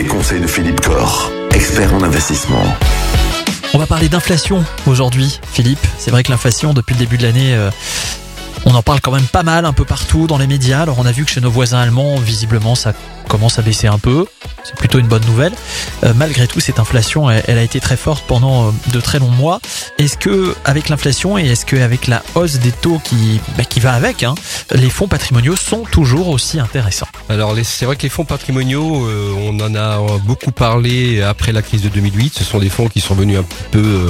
les conseils de Philippe Corr, expert en investissement. On va parler d'inflation aujourd'hui, Philippe. C'est vrai que l'inflation, depuis le début de l'année, on en parle quand même pas mal, un peu partout dans les médias. Alors on a vu que chez nos voisins allemands, visiblement, ça commence à baisser un peu. C'est plutôt une bonne nouvelle. Malgré tout, cette inflation, elle a été très forte pendant de très longs mois. Est-ce que, avec l'inflation et est-ce qu'avec la hausse des taux qui va avec, les fonds patrimoniaux sont toujours aussi intéressants? Alors c'est vrai que les fonds patrimoniaux, on en a beaucoup parlé après la crise de 2008. Ce sont des fonds qui sont venus un petit peu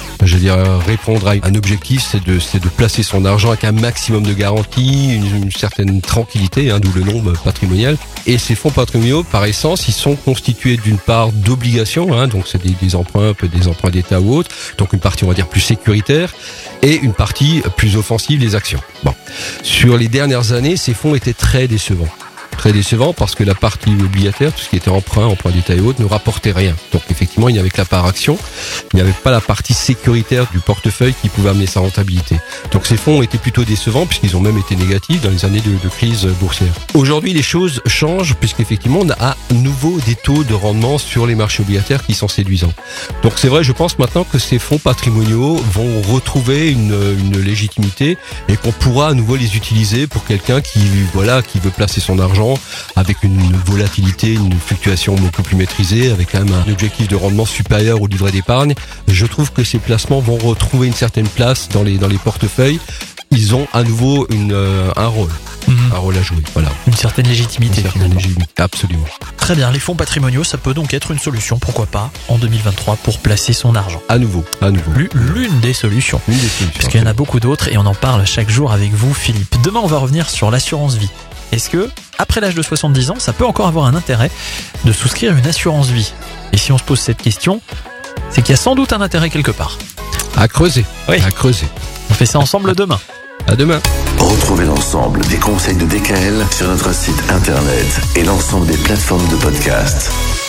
répondre à un objectif, c'est de placer son argent avec un maximum de garantie, une certaine tranquillité, d'où le nom patrimonial. Et ces fonds patrimoniaux, par essence, ils sont constitués d'une part d'obligations, donc c'est des emprunts, des emprunts d'État ou autres, donc une partie on va dire plus sécuritaire, et une partie plus offensive, les actions. Bon, sur les dernières années, ces fonds étaient très décevants. Très décevant parce que la partie obligataire, tout ce qui était emprunt d'État et autres, ne rapportait rien. Donc effectivement, il n'y avait que la part action, il n'y avait pas la partie sécuritaire du portefeuille qui pouvait amener sa rentabilité. Donc ces fonds étaient plutôt décevants puisqu'ils ont même été négatifs dans les années de crise boursière. Aujourd'hui, les choses changent puisqu'effectivement, on a à nouveau des taux de rendement sur les marchés obligataires qui sont séduisants. Donc c'est vrai, je pense maintenant que ces fonds patrimoniaux vont retrouver une légitimité et qu'on pourra à nouveau les utiliser pour quelqu'un qui veut placer son argent avec une volatilité, une fluctuation beaucoup plus maîtrisée, avec quand même un objectif de rendement supérieur au livret d'épargne. Je trouve que ces placements vont retrouver une certaine place dans les portefeuilles. Ils ont à nouveau un rôle. Un rôle à jouer, voilà. Une certaine légitimité. Absolument. Très bien, les fonds patrimoniaux, ça peut donc être une solution, pourquoi pas, en 2023 pour placer son argent. À nouveau. L'une des solutions. Parce qu'il y en a beaucoup d'autres et on en parle chaque jour avec vous, Philippe. Demain, on va revenir sur l'assurance vie. Est-ce que, après l'âge de 70 ans, ça peut encore avoir un intérêt de souscrire une assurance vie? Et si on se pose cette question, c'est qu'il y a sans doute un intérêt quelque part. À creuser. Oui. À creuser. On fait ça ensemble demain. À demain. Retrouvez l'ensemble des conseils de DKL sur notre site internet et l'ensemble des plateformes de podcast.